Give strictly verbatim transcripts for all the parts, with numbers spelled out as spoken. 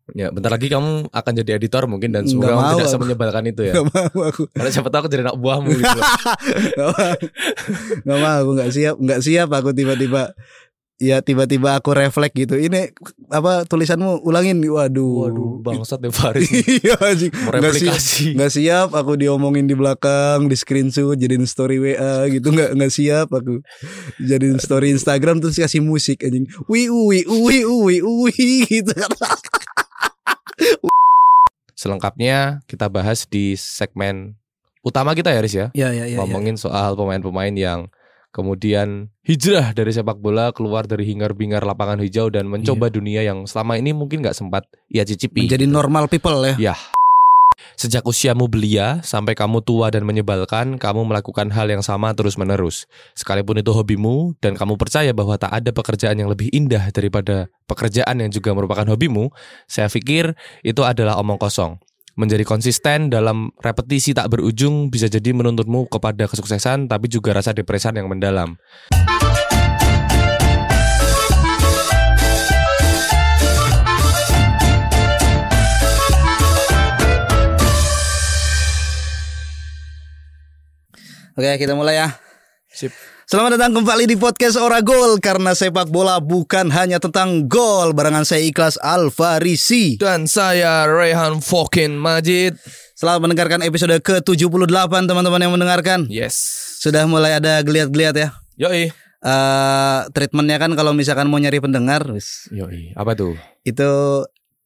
Ya, bentar lagi kamu akan jadi editor mungkin dan semoga kamu tidak semenyebalkan itu ya. Gak mau aku. Karena siapa tahu aku jadi anak buahmu gitu. Gak mau. Gak mau, aku gak siap. Gak siap aku tiba-tiba. Ya tiba-tiba aku refleks gitu. Ini apa tulisanmu ulangin. Waduh. Waduh, bangsat deh Faris. Iya anjing. Mereplikasi. Gak siap aku diomongin di belakang, di screenshot, jadiin story W A gitu. Gak gak siap aku. Jadiin story Instagram terus kasih musik anjing. Wi wi wi wi wi gitu. Selengkapnya kita bahas di segmen utama kita ya Riz ya. Ya, ya, ya, ngomongin ya. soal pemain-pemain yang kemudian hijrah dari sepak bola, keluar dari hingar-bingar lapangan hijau dan mencoba yeah. dunia yang selama ini mungkin gak sempat ia cicipi. Menjadi gitu. Normal people ya. Ya. Sejak usiamu belia sampai kamu tua dan menyebalkan, kamu melakukan hal yang sama terus-menerus. Sekalipun itu hobimu dan kamu percaya bahwa tak ada pekerjaan yang lebih indah daripada pekerjaan yang juga merupakan hobimu, saya pikir itu adalah omong kosong. Menjadi konsisten dalam repetisi tak berujung bisa jadi menuntutmu kepada kesuksesan tapi juga rasa depresan yang mendalam. Oke, kita mulai ya. Sip. Selamat datang kembali di podcast Ora Gol. Karena sepak bola bukan hanya tentang gol. Barengan saya Ikhlas Alfarisi dan saya Rehan Fokin Majid. Selamat mendengarkan episode ke tujuh puluh delapan teman-teman yang mendengarkan. Yes. Sudah mulai ada geliat-geliat ya. Yoi. Uh, treatmentnya kan kalau misalkan mau nyari pendengar. Yoi. Apa tuh? Itu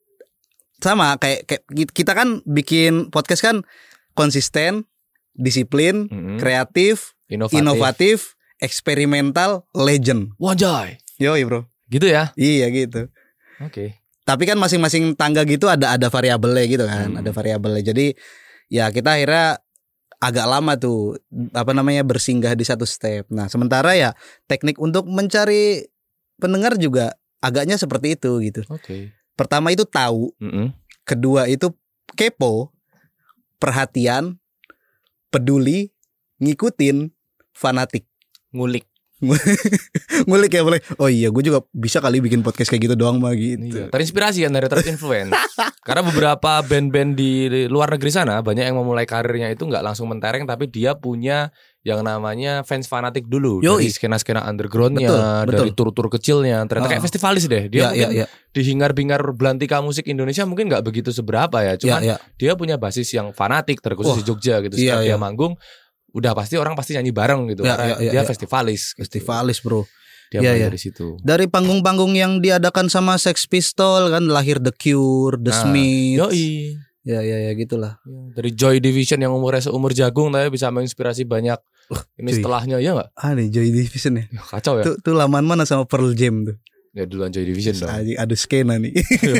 sama kayak, kayak kita kan bikin podcast kan konsisten, disiplin, mm-hmm. kreatif, inovatif. inovatif, eksperimental, legend. Wajay. Yoi bro. Gitu ya? Iya gitu. Oke. Okay. Tapi kan masing-masing tangga gitu ada ada variabelnya gitu kan, hmm. ada variabelnya. Jadi ya kita akhirnya agak lama tuh apa namanya bersinggah di satu step. Nah sementara ya teknik untuk mencari pendengar juga agaknya seperti itu gitu. Oke. Okay. Pertama itu tahu, mm-hmm. kedua itu kepo, perhatian, peduli, ngikutin, fanatik, ngulik. Ngulik ya boleh. Oh iya, gue juga bisa kali bikin podcast kayak gitu doang mah gitu. Iya, terinspirasi kan dari terinfluence. Karena beberapa band-band di luar negeri sana banyak yang memulai karirnya itu nggak langsung mentereng, tapi dia punya yang namanya fans fanatik dulu. Yoi. Dari skena-skena undergroundnya, betul, betul. Dari tur-tur kecilnya. Ternyata oh. kayak festivalis deh. Dia ya, mungkin ya, ya. di hingar-bingar belantika musik Indonesia mungkin nggak begitu seberapa ya. Cuman ya, ya. dia punya basis yang fanatik, terkhusus oh. di Jogja gitu. Setiap ya, dia ya. manggung udah pasti orang pasti nyanyi bareng gitu ya, karena ya, ya, dia ya. festivalis, festivalis gitu. Bro. Dia ya, ya. dari situ. Dari panggung-panggung yang diadakan sama Sex Pistols kan lahir The Cure, The nah, Smiths. Yoi. Ya ya ya gitulah. Ya, dari Joy Division yang umurnya seumur jagung tapi bisa menginspirasi banyak. Uh, Ini cuy. setelahnya ya enggak? Ah nih Joy Division ya. Kacau ya. Tuh, tuh lamaan mana sama Pearl Jam tuh. Ya duluan Joy Division dong. Ada skena nih.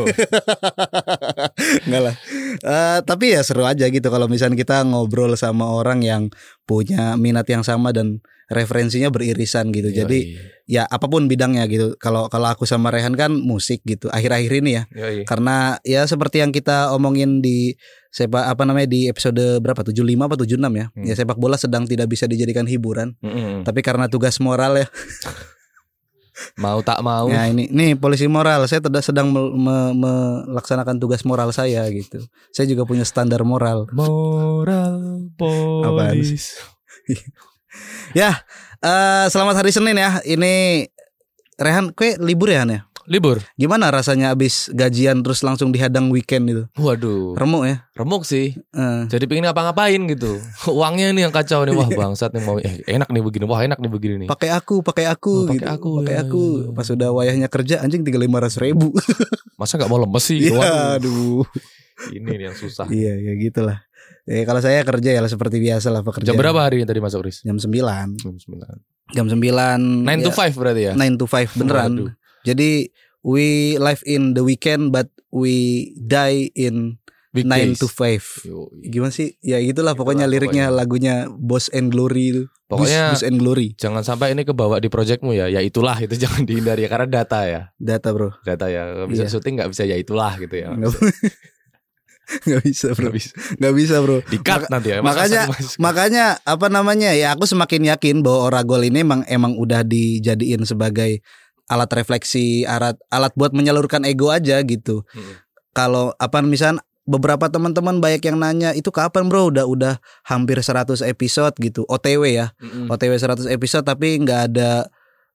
Enggak lah. Uh, tapi ya seru aja gitu kalau misalnya kita ngobrol sama orang yang punya minat yang sama dan referensinya beririsan gitu. Yoi. Jadi ya apapun bidangnya gitu. Kalau kalau aku sama Rehan kan musik gitu. Akhir-akhir ini ya. Yoi. Karena ya seperti yang kita omongin di sepak apa namanya di episode berapa tujuh puluh lima apa tujuh puluh enam ya. Hmm. Ya sepak bola sedang tidak bisa dijadikan hiburan. Hmm. Tapi karena tugas moral ya. Mau tak mau. Nah ini, nih polisi moral. Saya tidak sedang me, me, melaksanakan tugas moral saya gitu. Saya juga punya standar moral. Moral polis. Ya, uh, selamat hari Senin ya. Ini Rehan, kue libur ya Han ya? Libur. Gimana rasanya abis gajian terus langsung dihadang weekend itu? Waduh. Remuk ya? Remuk sih. Uh. Jadi pengen ngapa-ngapain gitu. Uangnya nih yang kacau nih. Wah bangsat nih mau eh, enak nih begini. Wah enak nih begini nih. Pakai aku, pakai aku. Oh, pakai gitu. aku. Pakai ya, aku. Ya, ya. Pas udah wayahnya kerja anjing tinggal lima ratus ribu. Masa nggak mau lemes sih? Ya, aduh. Ini nih yang susah. Iya, ya gitulah. Eh kalau saya kerja ya seperti biasa lah pekerjaan. Jam berapa hari ini tadi masuk Riz? Jam sembilan. Jam sembilan. Jam sembilan. nine to five berarti ya? nine to five beneran. Waduh. Jadi we live in the weekend but we die in weekdays. nine to five. Gimana sih? Ya gitulah pokoknya liriknya pokoknya. Lagunya Boss and Glory itu. Pokoknya Boss and Glory. Jangan sampai ini kebawa di projectmu ya. Ya itulah itu jangan dihindari ya karena data ya. Data bro. Data ya. Gak bisa iya. syuting gak bisa ya itulah gitu ya. Gak bisa bro. Gak bisa, gak bisa bro. Di-cut nanti ya. Makanya masuk. Makanya apa namanya ya aku semakin yakin bahwa Ora Gol ini emang emang udah dijadiin sebagai alat refleksi, alat alat buat menyalurkan ego aja gitu. Hmm. kalau apa misalnya beberapa teman-teman banyak yang nanya itu kapan bro udah udah hampir seratus episode gitu O T W ya. Mm-hmm. O T W seratus episode tapi nggak ada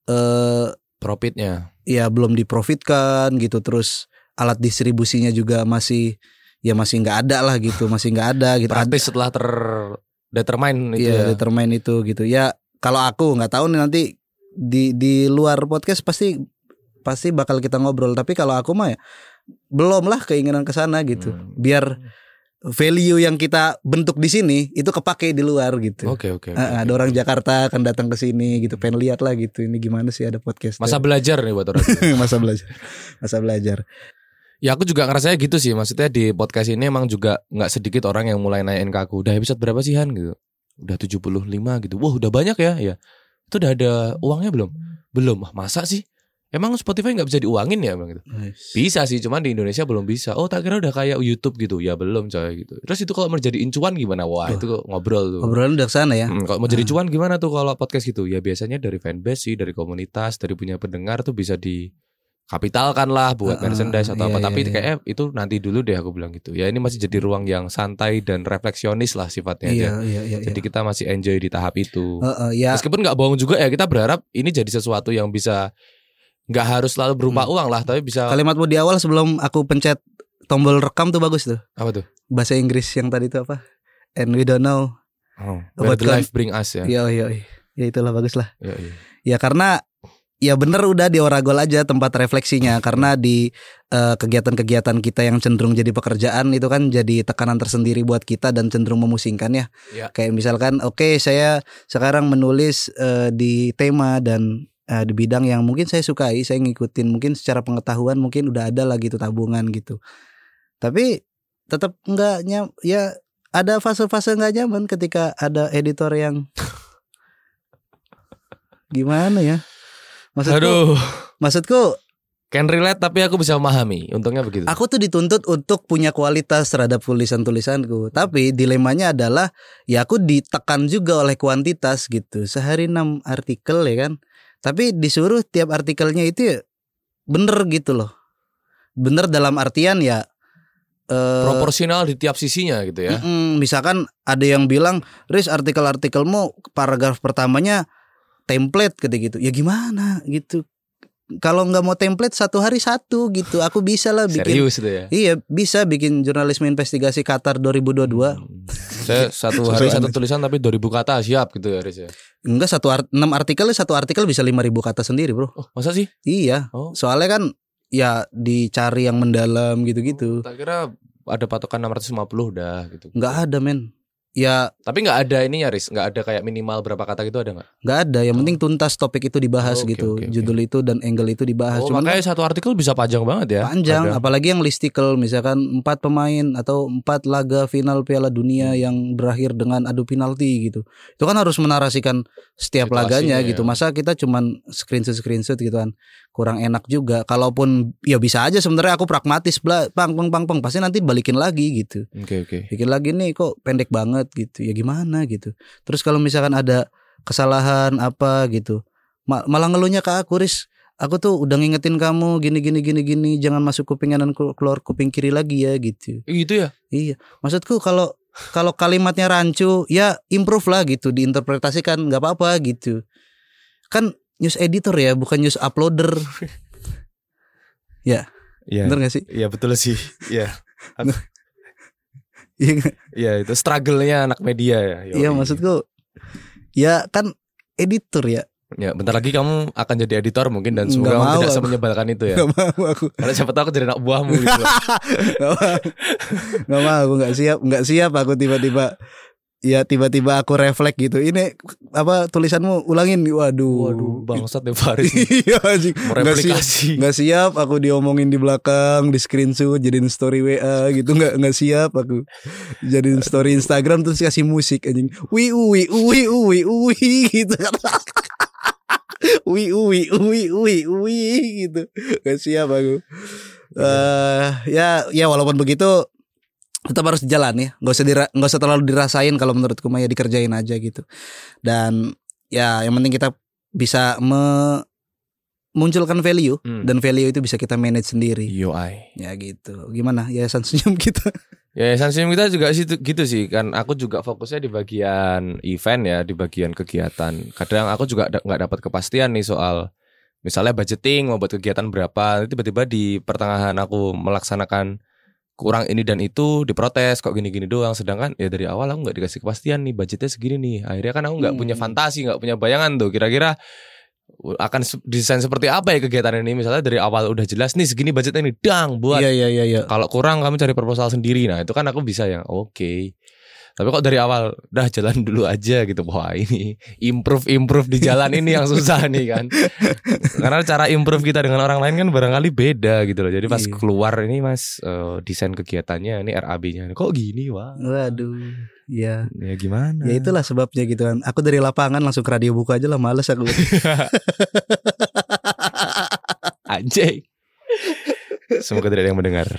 uh, profitnya. Ya belum diprofitkan gitu, terus alat distribusinya juga masih ya masih nggak ada lah gitu, masih nggak ada gitu. Praktis setelah terdetermine itu ya, ya. determine itu gitu. Ya kalau aku nggak tahu nih nanti di di luar podcast pasti pasti bakal kita ngobrol, tapi kalau aku mah ya belum lah keinginan ke sana gitu. Hmm. Biar value yang kita bentuk di sini itu kepake di luar gitu. Oke oke. Okay, okay, ada okay. orang Jakarta akan datang ke sini gitu, pengen lihat lah gitu. Ini gimana sih ada podcast. Masa belajar nih buat orang. Masa belajar. Masa belajar. Ya aku juga ngerasanya gitu sih. Maksudnya di podcast ini emang juga nggak sedikit orang yang mulai nanyain ke aku, udah episode berapa sih Han gitu. Udah tujuh puluh lima gitu. Wah udah banyak ya. Ya. Itu udah ada uangnya belum? Belum. Masa sih? Emang Spotify gak bisa diuangin ya bang gitu? Nice. Bisa sih, cuman di Indonesia belum bisa. Oh tak kira udah kayak YouTube gitu. Ya belum coy gitu. Terus itu kalau mau jadiin cuan gimana? Wah oh. itu ngobrol tuh. Ngobrolan udah kesana ya. hmm, Kalau mau jadi cuan gimana tuh kalau podcast gitu? Ya biasanya dari fanbase sih, dari komunitas, dari punya pendengar tuh bisa dikapitalkan lah buat uh, merchandise atau iya, apa. Iya, Tapi iya. kayaknya itu nanti dulu deh aku bilang gitu. Ya ini masih jadi ruang yang santai dan refleksionis lah sifatnya iya, aja. Iya, iya, Jadi iya. kita masih enjoy di tahap itu. uh, uh, ya. Meskipun gak bohong juga ya, kita berharap ini jadi sesuatu yang bisa nggak harus selalu berupa hmm. uang lah, tapi bisa. Kalimatmu di awal sebelum aku pencet tombol rekam tuh bagus tuh. Apa tuh? Bahasa Inggris yang tadi tuh apa? And we don't know. Oh, where the life bring us ya. Iya iya. Ya itulah bagus lah. Ya, iya. Ya karena ya bener udah di Oragol aja tempat refleksinya. Karena di uh, kegiatan-kegiatan kita yang cenderung jadi pekerjaan itu kan jadi tekanan tersendiri buat kita dan cenderung memusingkan ya. ya. Kayak misalkan oke okay, saya sekarang menulis uh, di tema dan Uh, di bidang yang mungkin saya sukai, saya ngikutin, mungkin secara pengetahuan mungkin udah ada lah gitu tabungan gitu. Tapi tetap enggak nyam, ya ada fase-fase enggak nyaman ketika ada editor yang gimana ya? Maksudku, Aduh. maksudku can relate tapi aku bisa memahami. Untungnya begitu. Aku tuh dituntut untuk punya kualitas terhadap tulisan-tulisanku. Tapi dilemanya adalah ya aku ditekan juga oleh kuantitas gitu. Sehari enam artikel ya kan. Tapi disuruh tiap artikelnya itu ya bener gitu loh. Bener dalam artian ya uh, proporsional di tiap sisinya gitu ya. Misalkan ada yang bilang, Riz artikel-artikelmu paragraf pertamanya template gitu gitu. Ya gimana gitu. Kalau nggak mau template satu hari satu gitu, aku bisa lah bikin. Serius itu ya? Iya bisa bikin jurnalisme investigasi Qatar dua ribu dua puluh dua. Hmm. Saya satu hari satu tulisan tapi dua ribu kata siap gitu ya Riz ya? Enggak satu art, enam artikel satu artikel bisa lima ribu kata sendiri bro. Oh, masa sih? Iya. Oh. Soalnya kan ya dicari yang mendalam gitu-gitu. Oh, tak kira ada patokan enam ratus lima puluh udah gitu. Enggak ada men. Ya, tapi nggak ada ini ya Riz, nggak ada kayak minimal berapa kata gitu ada nggak? Nggak ada, yang oh. penting tuntas topik itu dibahas oh, okay, gitu, okay, okay. judul itu dan angle itu dibahas. Oh, makanya satu artikel bisa panjang banget ya? Panjang, ada. Apalagi yang listicle, misalkan empat pemain atau empat laga final Piala Dunia hmm. yang berakhir dengan adu penalti gitu. Itu kan harus menarasikan setiap laganya ya. Gitu. Masa kita cuman screenshot-screenshot gitu kan, kurang enak juga. Kalaupun ya bisa aja sebenarnya aku pragmatis, bla, pang pang pang pang, pasti nanti balikin lagi gitu. Oke okay, oke. Okay. Bikin lagi nih kok pendek banget gitu ya gimana gitu. Terus kalau misalkan ada kesalahan apa gitu mal- malah ngeluhnya ke aku, Riz aku tuh udah ngingetin kamu gini gini gini gini jangan masuk kuping kanan keluar kuping kiri lagi ya gitu. Gitu ya? Iya maksudku kalau kalau kalimatnya rancu ya improve lah gitu, diinterpretasikan nggak apa-apa gitu kan, news editor ya bukan news uploader. Ya, ya bener gak sih? Iya betul sih. Iya. Iya itu struggle-nya anak media ya. Iya maksudku ya kan editor ya. Ya bentar lagi kamu akan jadi editor mungkin dan semoga kamu tidak semenyebalkan itu ya. Gak mau aku. Karena siapa tahu aku jadi anak buahmu gitu. Gak mau. Gak mau aku gak siap. Gak siap aku tiba-tiba. Ya tiba-tiba aku refleks gitu. Ini apa tulisanmu ulangin. Waduh. Waduh bangsat deh Faris. Iya anjing. Mereplikasi. Gak siap aku diomongin di belakang, di screenshot, jadiin story W A gitu. Gak gak siap aku. Jadiin story Instagram terus kasih musik anjing. Wi uwi uwi uwi uwi gitu. Wi uwi uwi uwi uwi gitu. Gak siap aku. Uh, ya ya walaupun begitu tetap harus jalan ya, nggak usah dira- nggak usah terlalu dirasain kalau menurutku mah ya dikerjain aja gitu. Dan ya yang penting kita bisa me- munculkan value Hmm. dan value itu bisa kita manage sendiri. U I. Ya gitu. Gimana Yayasan Senyum kita? Yayasan Senyum kita juga situ gitu sih kan. Aku juga fokusnya di bagian event ya, di bagian kegiatan. Kadang aku juga da- nggak dapat kepastian nih soal misalnya budgeting mau buat kegiatan berapa. Tiba-tiba di pertengahan aku melaksanakan kurang ini dan itu diprotes kok gini-gini doang. Sedangkan ya dari awal aku nggak dikasih kepastian nih budgetnya segini nih. Akhirnya kan aku nggak Hmm. punya fantasi, nggak punya bayangan tuh kira-kira akan se- desain seperti apa ya kegiatan ini. Misalnya dari awal udah jelas nih segini budgetnya ini dang buat. Iya iya iya iya. Kalau kurang kamu cari proposal sendiri. Nah itu kan aku bisa ya oke. Tapi kok dari awal dah jalan dulu aja gitu. Wah ini improve-improve di jalan ini yang susah nih kan. Karena cara improve kita dengan orang lain kan barangkali beda gitu loh. Jadi pas Iya. keluar ini mas eh, desain kegiatannya ini R A B-nya kok gini wah. Waduh. Ya. Ya gimana? Ya itulah sebabnya gitu kan. Aku dari lapangan langsung ke radio buku aja lah, males aku. Anjay. Semoga tidak ada yang mendengar.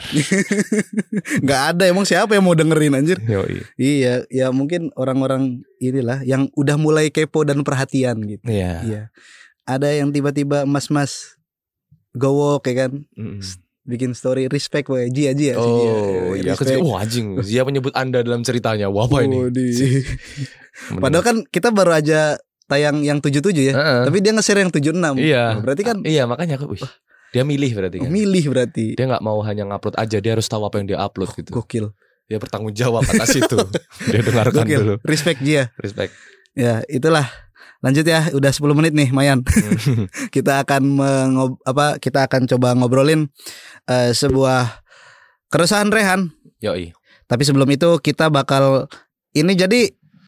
Nggak ada, emang siapa yang mau dengerin anjir? Yoi. Iya, ya mungkin orang-orang inilah yang udah mulai kepo dan perhatian gitu. Iya. Iya. Ada yang tiba-tiba mas-mas gowok ya kan, Mm. bikin story respect woy, Ji Ji ya. Oh iya, aku juga, wah anjing, dia menyebut Anda dalam ceritanya. Wah apa ini? Padahal kan kita baru aja tayang yang tujuh puluh tujuh ya. Uh-uh. Tapi dia nge-share yang tujuh puluh enam. Iya. Nah, berarti kan iya makanya aku, wih, dia milih berarti kan. milih berarti. Dia nggak mau hanya ngupload aja, dia harus tahu apa yang dia upload gitu. Gokil. Dia bertanggung jawab atas itu. Dia dengarkan Gokil. dulu. Respect Ji ya. Respect. Ya, itulah. Lanjut ya, udah sepuluh menit nih, Mayan. kita akan mengob, apa kita akan coba ngobrolin uh, sebuah keresahan Rehan. Yoi. Tapi sebelum itu kita bakal ini jadi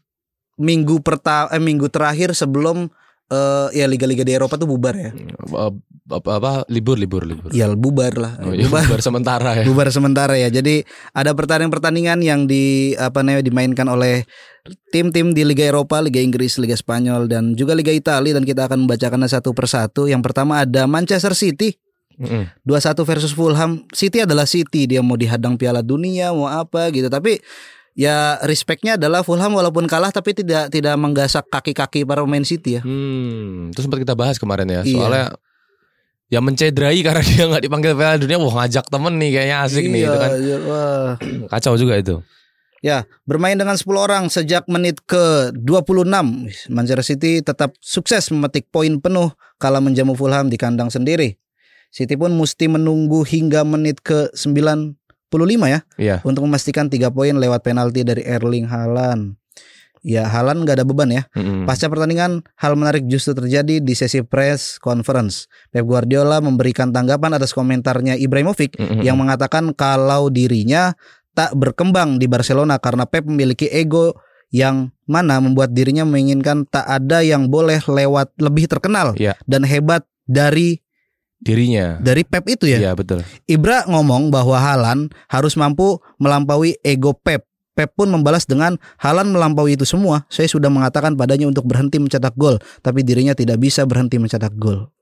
minggu pertama eh, minggu terakhir sebelum uh, ya liga-liga di Eropa tuh bubar ya. Apa, apa libur libur libur. Ya bubar lah. Oh, iya, bubar. bubar sementara ya. Bubar sementara ya. Jadi ada pertandingan-pertandingan yang di apa namanya dimainkan oleh tim-tim di Liga Eropa, Liga Inggris, Liga Spanyol dan juga Liga Italia dan kita akan membacakannya satu persatu. Yang pertama ada Manchester City Mm-mm. dua satu versus Fulham. City adalah City, dia mau dihadang Piala Dunia, mau apa gitu. Tapi ya respectnya adalah Fulham walaupun kalah tapi tidak tidak menggasak kaki-kaki para pemain City ya. Hmm, itu sempat kita bahas kemarin ya. Iya. Soalnya ya mencederai karena dia nggak dipanggil Piala Dunia. Wah ngajak temen nih kayaknya asik nih Iya, itu kan. iya, wah. Kacau juga itu. Ya, bermain dengan sepuluh orang sejak menit ke dua puluh enam. Manchester City tetap sukses memetik poin penuh kala menjamu Fulham di kandang sendiri. City pun mesti menunggu hingga menit ke sembilan puluh lima ya, Iya. untuk memastikan tiga poin lewat penalti dari Erling Haaland. Ya, Haaland gak ada beban ya. Mm-mm. Pasca pertandingan, hal menarik justru terjadi di sesi press conference. Pep Guardiola memberikan tanggapan atas komentarnya Ibrahimovic Mm-mm. yang mengatakan kalau dirinya tak berkembang di Barcelona karena Pep memiliki ego yang mana membuat dirinya menginginkan tak ada yang boleh lewat lebih terkenal Iya. dan hebat dari Dirinya. dari Pep itu ya. Iya betul. Ibra ngomong bahwa Haaland harus mampu melampaui ego Pep. Pep pun membalas dengan Haaland melampaui itu semua. Saya sudah mengatakan padanya untuk berhenti mencetak gol, tapi dirinya tidak bisa berhenti mencetak gol.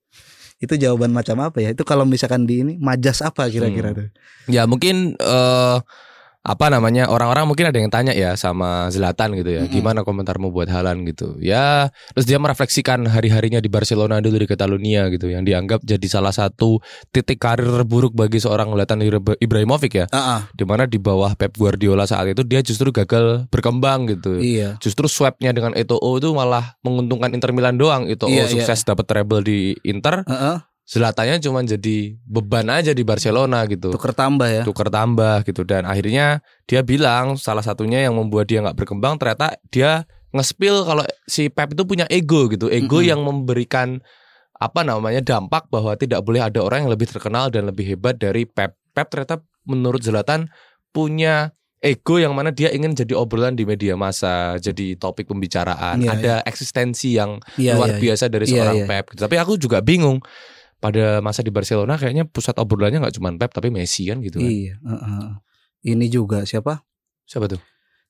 Itu jawaban macam apa ya? Itu kalau misalkan di ini majas apa kira-kira Hmm. tuh? Ya mungkin eh, apa namanya orang-orang mungkin ada yang tanya ya sama Zlatan gitu ya, Mm-mm. gimana komentarmu buat Haaland gitu ya. Terus dia merefleksikan hari-harinya di Barcelona dulu di Catalunya gitu, yang dianggap jadi salah satu titik karir terburuk bagi seorang Zlatan Ibrahimovic ya, Ah, dimana di bawah Pep Guardiola saat itu dia justru gagal berkembang gitu. iya. Justru swapnya dengan Eto'o itu malah menguntungkan Inter Milan doang. Eto'o Iya, sukses dapat treble di Inter, Heeh. Zlatannya cuma jadi beban aja di Barcelona gitu. Tuker tambah ya. Tuker tambah gitu. Dan akhirnya dia bilang salah satunya yang membuat dia gak berkembang ternyata dia nge-spill kalau si Pep itu punya ego gitu. Ego Mm-mm. yang memberikan apa namanya dampak bahwa tidak boleh ada orang yang lebih terkenal dan lebih hebat dari Pep. Pep ternyata menurut Zlatan punya ego yang mana dia ingin jadi obrolan di media massa, jadi topik pembicaraan. Iya, Ada eksistensi yang Iya, luar iya, biasa dari Iya, seorang iya. Pep. Tapi aku juga bingung. Pada masa di Barcelona kayaknya pusat obrolannya nggak cuma Pep tapi Messi kan gitu kan. Iya, heeh. Ini juga siapa? Siapa tuh?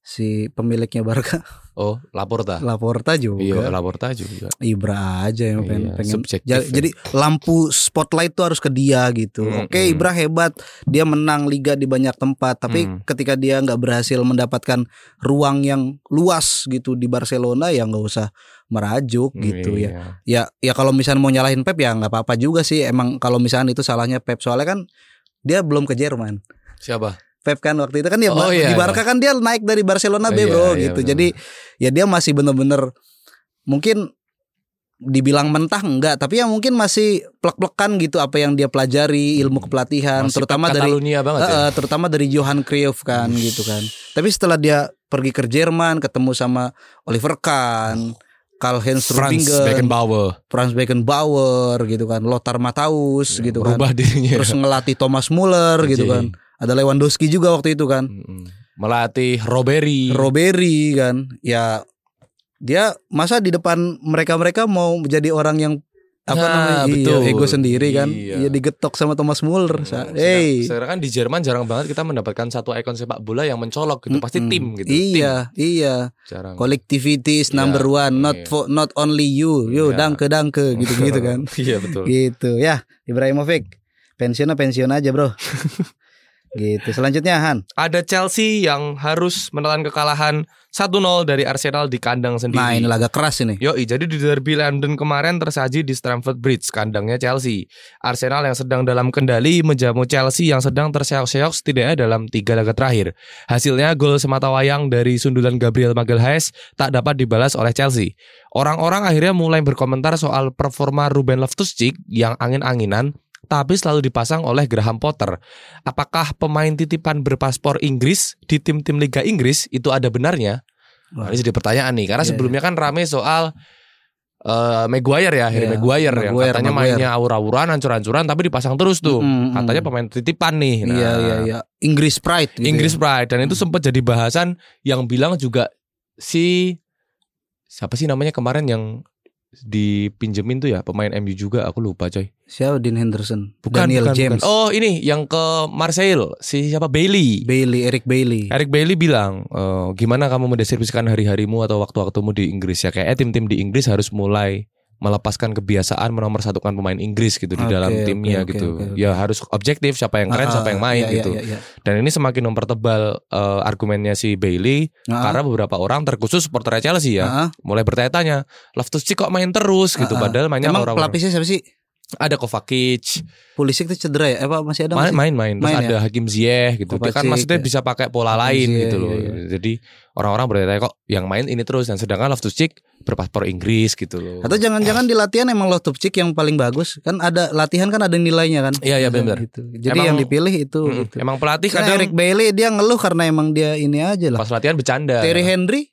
si pemiliknya Barca. Oh, Laporta. Laporta juga. Iya, Laporta juga. Ibra aja yang pengen, iya, pengen subjektif, ja, jadi lampu spotlight tuh harus ke dia gitu. Hmm, Oke, hmm. Ibra hebat, dia menang liga di banyak tempat, tapi hmm. ketika dia nggak berhasil mendapatkan ruang yang luas gitu di Barcelona, ya nggak usah merajuk gitu hmm, ya. Iya. Ya, ya kalau misalnya mau nyalahin Pep ya nggak apa-apa juga sih. Emang kalau misalnya itu salahnya Pep, soalnya kan dia belum ke Jerman. Siapa? Pep kan waktu itu kan dia oh, di iya, Barca iya. kan dia naik dari Barcelona B bro iya, gitu. Iya, Jadi ya dia masih bener-bener mungkin dibilang mentah enggak, tapi ya mungkin masih plek-plekan gitu apa yang dia pelajari, ilmu kepelatihan, masih terutama dari banget uh, ya? terutama dari Johan Cruyff kan Ush. gitu kan. Tapi setelah dia pergi ke Jerman, ketemu sama Oliver Kahn, Karl-Heinz Rummenigge, Beckenbauer, Franz Beckenbauer gitu kan, Lothar Matthäus ya, gitu kan. Dirinya. Terus ngelatih Thomas Muller gitu kan. Ada Lewandowski juga waktu itu kan. Melatih Roberi. Roberi kan. Ya dia masa di depan mereka-mereka mau menjadi orang yang apa nah, namanya betul. Iya, ego sendiri kan. Iya, digetok sama Thomas Muller. Hmm, hey. Sekarang kan di Jerman jarang banget kita mendapatkan satu ikon sepak bola yang mencolok gitu. Pasti mm-hmm. tim gitu. Iya, tim. iya. Jarang. Collectivity is number yeah, one, not yeah. for, not only you. Yo, yeah. danke danke gitu-gitu kan. Iya, betul. Gitu. Ya, Ibrahimovic. Pensiun pensiun aja, Bro. Gitu. Selanjutnya Han. Ada Chelsea yang harus menelan kekalahan satu nol dari Arsenal di kandang sendiri. Nah, ini laga keras ini. Yoi, jadi di derby London kemarin tersaji di Stamford Bridge, kandangnya Chelsea. Arsenal yang sedang dalam kendali menjamu Chelsea yang sedang terseok-seok setidaknya dalam tiga laga terakhir. Hasilnya gol semata wayang dari sundulan Gabriel Magalhaes tak dapat dibalas oleh Chelsea. Orang-orang akhirnya mulai berkomentar soal performa Ruben Loftus-Cheek yang angin-anginan tapi selalu dipasang oleh Graham Potter. Apakah pemain titipan berpaspor Inggris di tim-tim Liga Inggris itu ada benarnya? Nah, ini jadi pertanyaan nih, karena yeah, sebelumnya yeah. kan rame soal uh, Maguire ya, Harry yeah, Maguire, Maguire yang katanya Maguire. mainnya awur-awuran, hancur-hancuran, tapi dipasang terus tuh. Mm-hmm. Katanya pemain titipan nih. Iya, nah, iya, iya. Inggris Pride. Gitu Inggris ya. Pride, dan itu sempat jadi bahasan yang bilang juga si siapa sih namanya kemarin yang dipinjemin tuh ya, pemain M U juga, aku lupa coy. Siapa? Dean Henderson. Bukan, Daniel bukan, James. Bukan. Oh ini yang ke Marseille, si siapa? Bailey. Bailey, Eric Bailey. Eric Bailey bilang, e, gimana kamu mendeskripsikan hari-harimu atau waktu-waktumu di Inggris ya? Kayaknya tim-tim di Inggris harus mulai melepaskan kebiasaan menomorsatukan pemain Inggris gitu di okay, dalam timnya okay, gitu. Okay, okay. Ya harus objektif, siapa yang keren, uh, siapa yang main iya, gitu. Iya, iya, iya. Dan ini semakin mempertebal uh, argumennya si Bailey uh, karena beberapa orang terkhusus supporter Chelsea ya uh, mulai bertanya-tanya, Loftus-Cheek kok main terus gitu, uh, padahal mainnya emang orang-orang. Pelapisnya siapa sih? Ada Kovacic, Pulisic itu cedera ya? Eh, apa masih ada? Main-main, terus main, ada ya? Hakim Ziyech gitu. Kovacic, kan maksudnya ya. Bisa pakai pola Hakim lain Ziyech, gitu loh. Iya, iya. Jadi orang-orang bertanya kok yang main ini terus, dan sedangkan Loftus-Cheek berpaspor Inggris gitu loh. Atau jangan-jangan di latihan emang Loftus-Cheek yang paling bagus kan, ada latihan kan ada nilainya kan? Iya iya benar. Gitu. Jadi emang, yang dipilih itu. Mm, gitu. Emang pelatih kadang Eric Bailey dia ngeluh karena emang dia ini aja lah. Pas latihan bercanda. Thierry Henry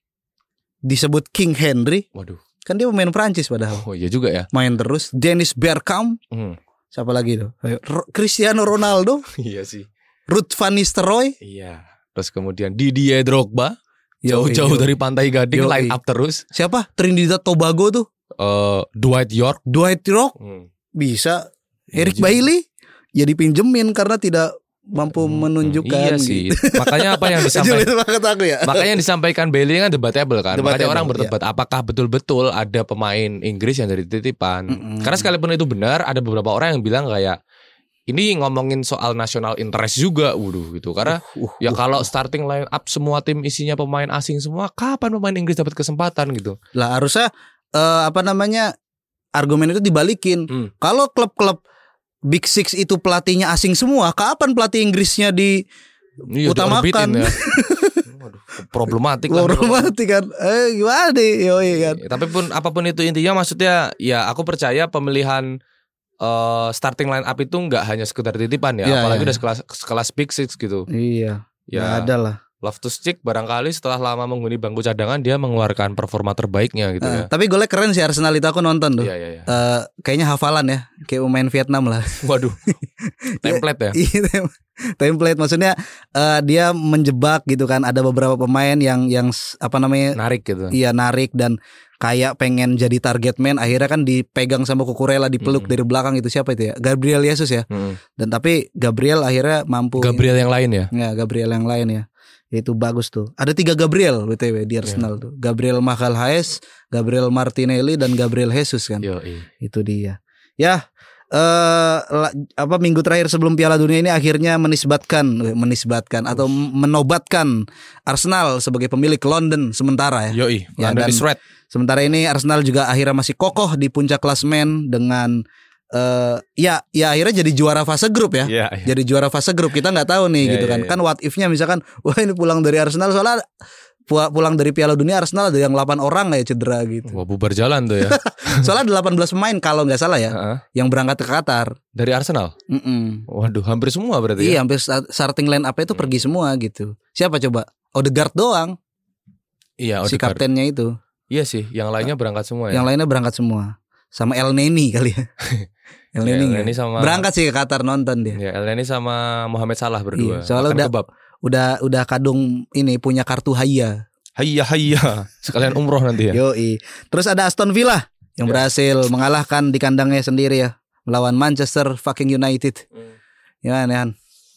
disebut King Henry. Waduh. Kan dia pemain Prancis padahal. Oh iya juga ya. Main terus. Dennis Bergkamp. Hmm. Siapa lagi tuh? Cristiano Ronaldo. Iya sih. Ruud van Nistelrooy. Iya. Terus kemudian Didier Drogba. Jauh-jauh dari Pantai Gading, line up terus. Siapa? Trinidad Tobago tuh. Uh, Dwight York. Dwight York. Hmm. Bisa. Eric ya, Bailey. Ya dipinjemin karena tidak mampu hmm, menunjukkan. Iya sih. Gitu. Makanya apa yang disampaikan ya? Makanya yang disampaikan Bailey kan debatable kan. Debatable, makanya orang berdebat iya. Apakah betul-betul ada pemain Inggris yang dari titipan. Mm-hmm. Karena sekalipun itu benar, ada beberapa orang yang bilang kayak ini ngomongin soal national interest juga, waduh gitu. Karena uh, uh, ya uh, kalau uh. starting line up semua tim isinya pemain asing semua, kapan pemain Inggris dapat kesempatan gitu? Lah harusnya uh, apa namanya argumen itu dibalikin. Hmm. Kalau klub-klub Big Six itu pelatihnya asing semua, kapan pelatih Inggrisnya di iya, utamakan? Ya. Waduh, problematik lah. Problematik kan. Eh gimana nih? Yoi kan. Ya, tapi pun apapun itu intinya maksudnya ya aku percaya pemilihan uh, starting line up itu enggak hanya sekedar titipan ya, ya apalagi ya. Udah sekelas sekelas Big Six gitu. Iya. Ya ada lah. Loftus-Cheek barangkali setelah lama menghuni bangku cadangan dia mengeluarkan performa terbaiknya gitu uh, ya. Tapi golnya keren sih Arsenal itu, aku nonton tuh. Iya, iya, iya. Uh, kayaknya hafalan ya, kayak pemain Vietnam lah. Waduh. Template ya. Iya, template maksudnya uh, dia menjebak gitu kan. Ada beberapa pemain yang yang apa namanya? Narik gitu. Iya, narik dan kayak pengen jadi target man, akhirnya kan dipegang sama Cucurella, dipeluk hmm. dari belakang. Itu siapa itu ya? Gabriel Jesus ya. Hmm. Dan tapi Gabriel akhirnya mampu. Gabriel yang lain ya? Ya, Gabriel yang lain ya. Itu bagus tuh. Ada tiga Gabriel B T W di Arsenal yeah. tuh. Gabriel Magalhaes, Gabriel Martinelli dan Gabriel Jesus kan. Yo, iya. Itu dia. Ya, eh apa minggu terakhir sebelum Piala Dunia ini akhirnya menisbatkan menisbatkan Ush. atau menobatkan Arsenal sebagai pemilik London sementara ya. Yo, iya. Ya, dan is red. Sementara ini Arsenal juga akhirnya masih kokoh di puncak klasemen dengan Uh, ya, ya akhirnya jadi juara fase grup ya, yeah, yeah. jadi juara fase grup kita nggak tahu nih yeah, gitu kan, yeah, yeah. kan what if-nya misalkan, wah ini pulang dari Arsenal soalnya pulang dari Piala Dunia Arsenal ada yang delapan orang ya cedera gitu. Wah bubar jalan tuh ya. Soalnya ada delapan belas pemain kalau nggak salah ya, uh-huh. yang berangkat ke Qatar dari Arsenal. Mm-mm. Waduh hampir semua berarti. Iya ya? hampir starting line up-nya itu hmm. pergi semua gitu. Siapa coba? Odegaard doang. Iya Si Odegaard. kaptennya itu. Iya sih, yang lainnya berangkat semua ya. Yang lainnya berangkat semua. Sama El Neni kali ya. El Neni, ya, El Neni sama berangkat sih ke Qatar nonton dia. Ya, El Neni sama Mohamed Salah berdua. Iya, soalnya udah, udah udah kadung ini punya kartu hayya. Hayya hayya. Sekalian umroh nanti ya. Yoi. Terus ada Aston Villa yang ya. berhasil mengalahkan di kandangnya sendiri ya, melawan Manchester fucking United. Hmm. Ya aneh.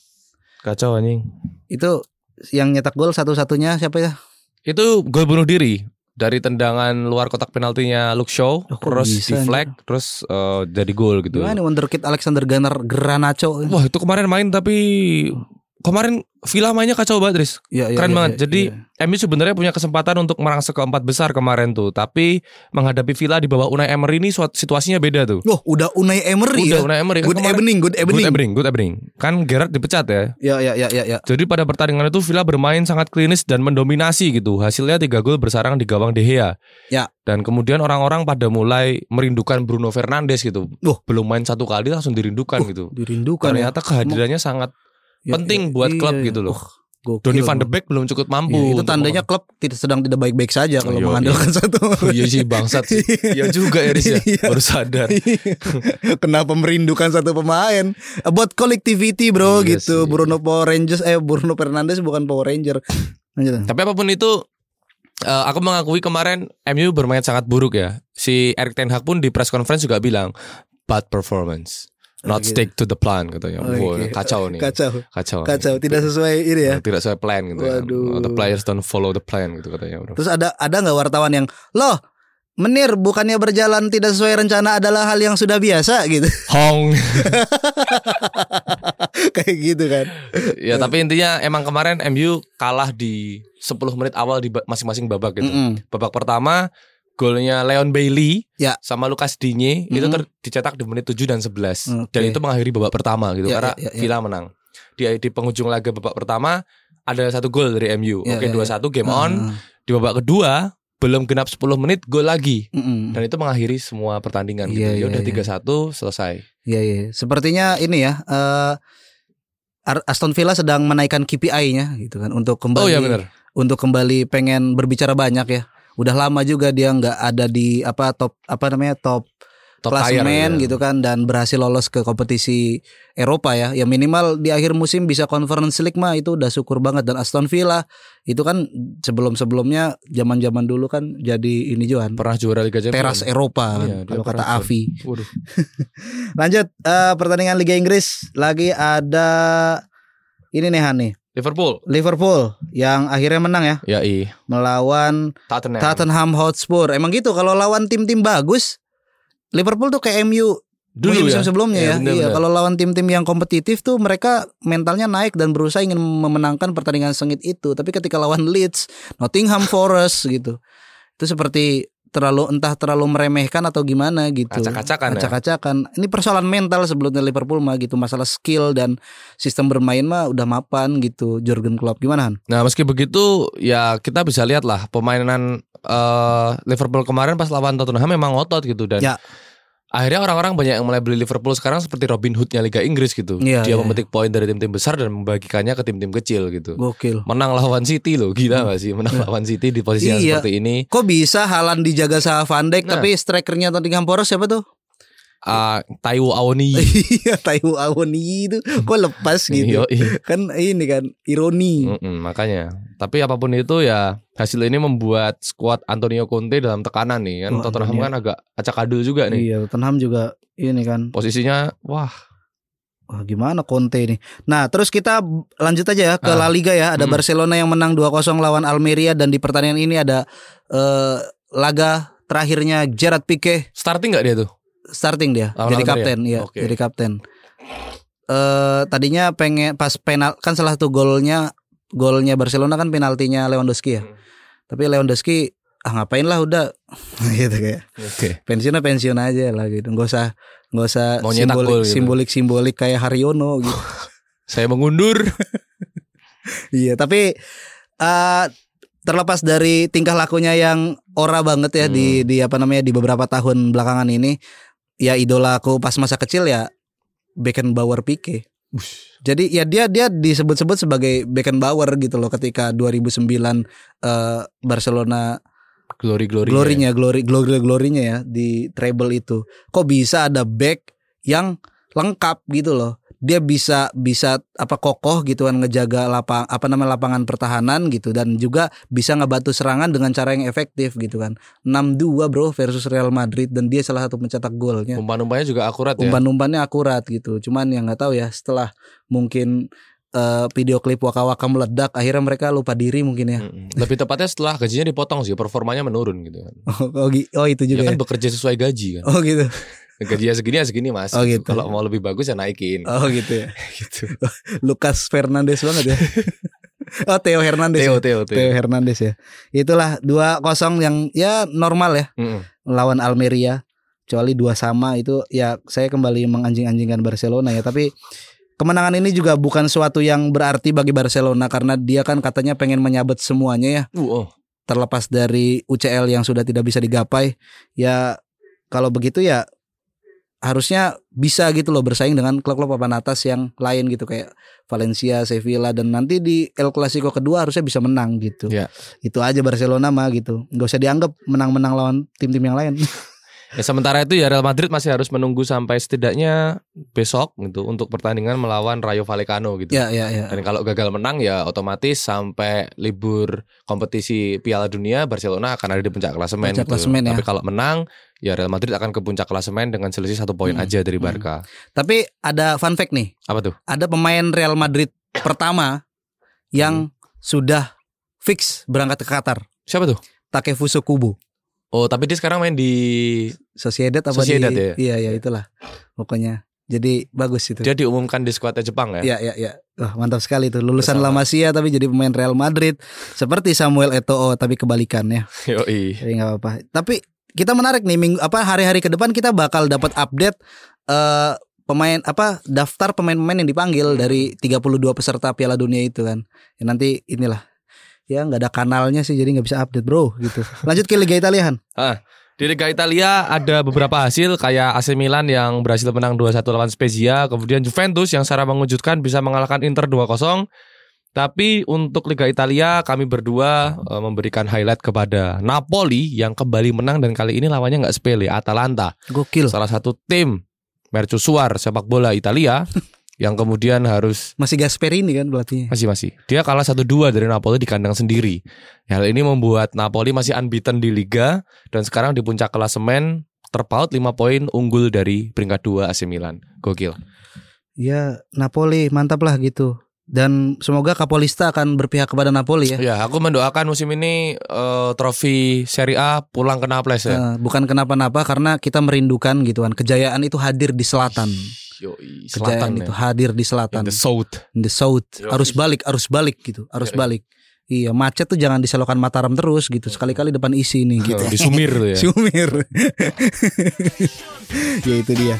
Kacau anjing. Itu yang nyetak gol satu-satunya siapa ya? Itu gol bunuh diri. Dari tendangan luar kotak penaltinya Luke Shaw, oh, terus di flag, terus uh, jadi gol gitu. Gimana wonderkid Alexander Garnacho? Wah itu kemarin main tapi kemarin Villa mainnya kacau banget, Riz. Ya, ya, Keren ya, banget. ya, Jadi ya. M U sebenarnya punya kesempatan untuk merangsek keempat besar kemarin tuh, tapi menghadapi Villa di bawah Unai Emery ini situasinya beda tuh. Loh, udah Unai Emery udah ya? Unai Emery. Good kemarin, evening, good evening. Good evening, good evening. Kan Gerrard dipecat ya. Ya, ya, ya, ya, ya. Jadi pada pertandingan itu Villa bermain sangat klinis dan mendominasi gitu. Hasilnya tiga gol bersarang di gawang De Gea. Ya. Dan kemudian orang-orang pada mulai merindukan Bruno Fernandes gitu. Loh, belum main satu kali langsung dirindukan uh, gitu. Dirindukan. Ternyata ya. kehadirannya M- sangat ya, penting ya, buat iya, klub iya, gitu loh. Uh. Gokil, Donny van de Beek belum cukup mampu. Ya, itu tandanya klub tidak sedang tidak baik-baik saja kalau oh, mengandalkan iya. satu. Oh, iya sih bangsat sih. Iya juga ya Riz ya. Baru sadar. Kenapa merindukan satu pemain? About collectivity bro iya gitu. Sih. Bruno Power Rangers eh Bruno Fernandes bukan Power Ranger. Lanjut. Tapi apapun itu uh, aku mengakui kemarin M U bermain sangat buruk ya. Si Erik ten Hag pun di press conference juga bilang bad performance. Not okay. stick to the plan katanya. Oh, wow, okay. Kacau nih. Kacau. Kacau. Kacau. Tidak sesuai ini ya. Tidak sesuai plan gitu. Waduh. Ya. The players don't follow the plan gitu katanya, bro. Terus ada ada enggak wartawan yang, "Loh, Menir bukannya berjalan tidak sesuai rencana adalah hal yang sudah biasa gitu." Hong. Kayak gitu kan. Ya, tapi intinya emang kemarin M U kalah di sepuluh menit awal di masing-masing babak gitu. Mm-mm. Babak pertama golnya Leon Bailey ya. Sama Lucas Digne mm-hmm. itu ter- dicetak di menit tujuh dan sebelas okay. Dan itu mengakhiri babak pertama gitu ya, karena ya, ya, ya. Villa menang. Di di penghujung laga babak pertama ada satu gol dari M U. Ya, Oke, ya, dua satu ya. Game uh. on. Di babak kedua belum genap sepuluh menit gol lagi. Mm-hmm. Dan itu mengakhiri semua pertandingan ya, gitu. Ya, ya udah ya. tiga satu selesai. Iya iya. Sepertinya ini ya uh, Aston Villa sedang menaikkan K P I-nya gitu kan untuk kembali oh, ya bener. untuk kembali pengen berbicara banyak ya. Udah lama juga dia nggak ada di apa top apa namanya top, top klasemen ya. Gitu kan dan berhasil lolos ke kompetisi Eropa ya. Ya minimal di akhir musim bisa Conference League mah itu udah syukur banget. Dan Aston Villa itu kan sebelum-sebelumnya zaman-zaman dulu kan jadi ini Johan pernah juara Liga Champions. Teras Eropa kan, iya, kalau kata Avi. Waduh. Lanjut uh, pertandingan Liga Inggris lagi ada ini nih Han nih. Liverpool Liverpool yang akhirnya menang ya. Ya iya. Melawan Tottenham. Tottenham Hotspur. Emang gitu kalau lawan tim-tim bagus Liverpool tuh kayak M U dulu musim ya? sebelumnya ya. ya. Bener, iya, kalau lawan tim-tim yang kompetitif tuh mereka mentalnya naik dan berusaha ingin memenangkan pertandingan sengit itu. Tapi ketika lawan Leeds, Nottingham Forest gitu. Itu seperti terlalu entah terlalu meremehkan atau gimana gitu. Acak-acakan. Acak-acakan. Ya? Ini persoalan mental sebelumnya Liverpool mah gitu. Masalah skill dan sistem bermain mah udah mapan gitu. Jurgen Klopp gimana Han? Nah meski begitu ya kita bisa lihat lah pemainan uh, Liverpool kemarin pas lawan Tottenham memang ngotot gitu dan ya. Akhirnya orang-orang banyak yang mulai beli Liverpool sekarang seperti Robin Hood-nya Liga Inggris gitu. Ya, Dia ya, memetik ya. poin dari tim-tim besar dan membagikannya ke tim-tim kecil gitu. Gokil. Menang lawan City loh, gila hmm. gak sih? Menang ya. lawan City di posisi yang iya. seperti ini. Kok bisa Haaland dijaga sama Van Dijk nah. tapi strikernya Nottingham Forest siapa tuh? Uh, Taiwo Awoniyi. Iya Taiwo Awoniyi itu kok lepas gitu. Kan ini kan ironi. Mm-mm, makanya. Tapi apapun itu ya hasil ini membuat skuad Antonio Conte dalam tekanan nih kan. Oh, Tottenham iya. kan agak acak adul juga nih. Iya Tottenham juga ini kan. Posisinya wah Wah, gimana Conte ini. Nah, terus kita lanjut aja ya ke ah. La Liga ya. Ada hmm. Barcelona yang menang dua kosong lawan Almeria, dan di pertandingan ini ada uh, laga terakhirnya Gerard Piqué. Starting nggak dia tuh? Starting dia. Lawan jadi Almeria. Kapten ya. Okay. Jadi kapten. Uh, tadinya pengen pas penal kan salah satu golnya golnya Barcelona kan penaltinya Lewandowski ya. Hmm. Tapi Lewandowski ah ngapain lah udah gitu kayak. Okay. Pensiunnya pensiun aja lah gitu. Enggak usah enggak usah simbolik, gitu. simbolik simbolik kayak Haryono gitu. Saya mengundur. Iya, tapi uh, terlepas dari tingkah lakunya yang ora banget ya hmm. di di apa namanya di beberapa tahun belakangan ini, ya idola aku pas masa kecil ya Beckenbauer Piqué. Ush. Jadi ya dia dia disebut-sebut sebagai Beckenbauer gitu loh ketika dua ribu sembilan uh, Barcelona glory-glory glorinya ya. glory glory glorinya ya di treble itu. Kok bisa ada back yang lengkap gitu loh. Dia bisa bisa apa kokoh gitu kan ngejaga lapang apa namanya lapangan pertahanan gitu, dan juga bisa ngebantu serangan dengan cara yang efektif gitu kan. enam dua bro versus Real Madrid, dan dia salah satu pencetak golnya. Umpan-umpannya juga akurat ya. Umpan-umpannya akurat gitu. Cuman yang enggak tahu ya setelah mungkin uh, video klip Waka-Waka meledak, akhirnya mereka lupa diri mungkin ya. Mm-hmm. Lebih tepatnya setelah gajinya dipotong sih, performanya menurun gitu kan. Oh, oh, oh itu juga. Dia kan ya? Bekerja sesuai gaji kan. Oh gitu. Gajinya segini ya segini mas. Oh gitu. Kalau mau lebih bagus ya naikin. Oh gitu ya. Gitu. Lucas Fernandes banget ya. Oh Theo Hernandez. Theo, ya? Theo, Theo. Theo Hernandez ya. Itulah dua kosong yang ya normal ya. Mm-mm. Lawan Almeria. Kecuali dua sama itu ya saya kembali menganjing-anjingkan Barcelona ya. Tapi kemenangan ini juga bukan suatu yang berarti bagi Barcelona, karena dia kan katanya pengen menyabet semuanya ya. Uh, oh. Terlepas dari U C L yang sudah tidak bisa digapai. Ya kalau begitu ya harusnya bisa gitu loh bersaing dengan klub-klub papan atas yang lain gitu kayak Valencia, Sevilla, dan nanti di El Clasico kedua harusnya bisa menang gitu. Ya. Itu aja Barcelona mah gitu. Enggak usah dianggap menang-menang lawan tim-tim yang lain. Ya, sementara itu ya Real Madrid masih harus menunggu sampai setidaknya besok gitu untuk pertandingan melawan Rayo Vallecano gitu. Ya, ya, ya. Dan kalau gagal menang ya otomatis sampai libur kompetisi Piala Dunia Barcelona akan ada di puncak klasemen. Puncak gitu. klasemen ya. Tapi kalau menang ya Real Madrid akan ke puncak klasemen dengan selisih satu poin hmm. aja dari Barca. Hmm. Tapi ada fun fact nih. Apa tuh? Ada pemain Real Madrid pertama yang hmm. sudah fix berangkat ke Qatar. Siapa tuh? Takefusa Kubo. Oh, tapi dia sekarang main di Sociedad apa Sociedad di ya? Iya, ya itulah. Pokoknya. Jadi bagus itu. Dia diumumkan di skuadnya Jepang ya? Iya, iya, iya. Wah, mantap sekali itu. Lulusan La Masia tapi jadi pemain Real Madrid. Seperti Samuel Eto'o tapi kebalikannya. Yoi. Jadi enggak apa-apa. Tapi kita menarik nih minggu apa hari-hari ke depan kita bakal dapat update uh, pemain apa daftar pemain-pemain yang dipanggil hmm. dari tiga puluh dua peserta Piala Dunia itu kan. Ya nanti inilah. Ya nggak ada kanalnya sih jadi nggak bisa update bro gitu. Lanjut ke Liga Italia Han. Ah, di Liga Italia ada beberapa hasil kayak A C Milan yang berhasil menang dua satu lawan Spezia, kemudian Juventus yang secara mengejutkan bisa mengalahkan Inter dua kosong. Tapi untuk Liga Italia kami berdua uh, memberikan highlight kepada Napoli yang kembali menang dan kali ini lawannya nggak sepele, Atalanta. Gokil. Salah satu tim mercusuar sepak bola Italia. Yang kemudian harus masih Gasperini kan pelatihnya. Masih masih. Dia kalah satu dua dari Napoli di kandang sendiri. Hal ini membuat Napoli masih unbeaten di liga dan sekarang di puncak klasemen terpaut lima poin unggul dari peringkat dua A C Milan. Gokil. Ya, Napoli mantap lah gitu. Dan semoga Capolista akan berpihak kepada Napoli ya. Ya, aku mendoakan musim ini uh, trofi Serie A pulang ke Naples ya. Uh, bukan kenapa-napa karena kita merindukan gitu kan. Kejayaan itu hadir di selatan. Yoi, Kejayaan selatan itu ya. hadir di selatan. In the south. In the south. Arus balik, arus balik gitu. Arus balik. Iya, macet tuh jangan diselokan Mataram terus gitu. Sekali-kali depan isi nih gitu. Di Sumir tuh ya. Sumir. Ya itu dia.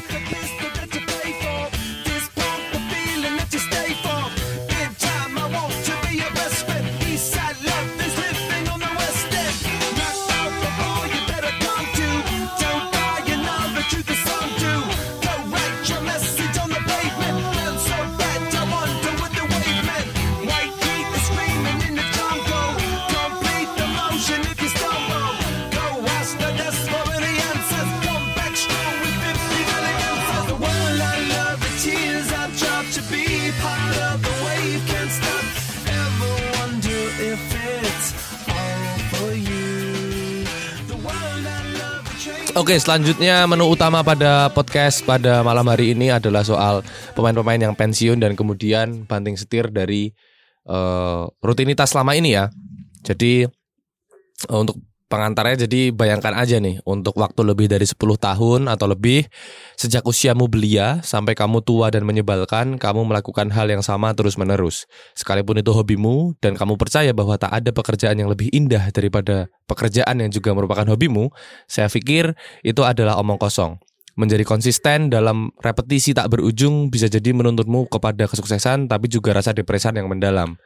Oke, selanjutnya menu utama pada podcast pada malam hari ini adalah soal pemain-pemain yang pensiun dan kemudian banting setir dari uh, rutinitas selama ini ya. Jadi uh, untuk pengantarnya, jadi bayangkan aja nih, untuk waktu lebih dari sepuluh tahun atau lebih, sejak usiamu belia sampai kamu tua dan menyebalkan, kamu melakukan hal yang sama terus-menerus. Sekalipun itu hobimu dan kamu percaya bahwa tak ada pekerjaan yang lebih indah daripada pekerjaan yang juga merupakan hobimu, saya pikir itu adalah omong kosong. Menjadi konsisten dalam repetisi tak berujung bisa jadi menuntutmu kepada kesuksesan, tapi juga rasa depresan yang mendalam.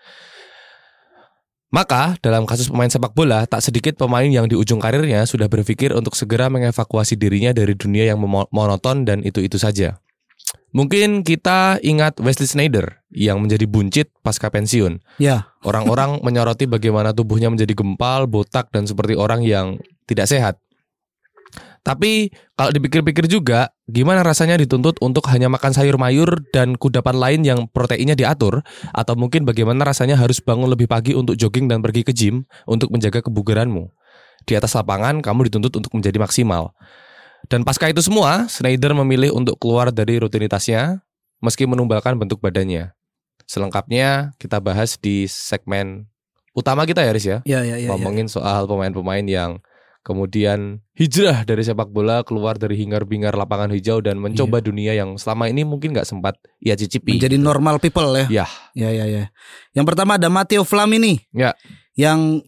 Maka, dalam kasus pemain sepak bola, tak sedikit pemain yang di ujung karirnya sudah berpikir untuk segera mengevakuasi dirinya dari dunia yang monoton dan itu-itu saja. Mungkin kita ingat Wesley Sneijder yang menjadi buncit pasca pensiun. Ya. Orang-orang menyoroti bagaimana tubuhnya menjadi gempal, botak, dan seperti orang yang tidak sehat. Tapi kalau dipikir-pikir juga, gimana rasanya dituntut untuk hanya makan sayur mayur dan kudapan lain yang proteinnya diatur? Atau mungkin bagaimana rasanya harus bangun lebih pagi untuk jogging dan pergi ke gym untuk menjaga kebugaranmu? Di atas lapangan, kamu dituntut untuk menjadi maksimal. Dan pasca itu semua, Sneijder memilih untuk keluar dari rutinitasnya, meski menumbalkan bentuk badannya. Selengkapnya kita bahas di segmen utama kita ya, Riz ya? Ya, ya, ya, ngomongin ya. soal pemain-pemain yang kemudian hijrah dari sepak bola, keluar dari hingar-bingar lapangan hijau dan mencoba iya. dunia yang selama ini mungkin gak sempat ia cicipi. Menjadi normal people ya. Ya. Ya, ya, ya. Yang pertama ada Matteo Flamini. Ya. Yang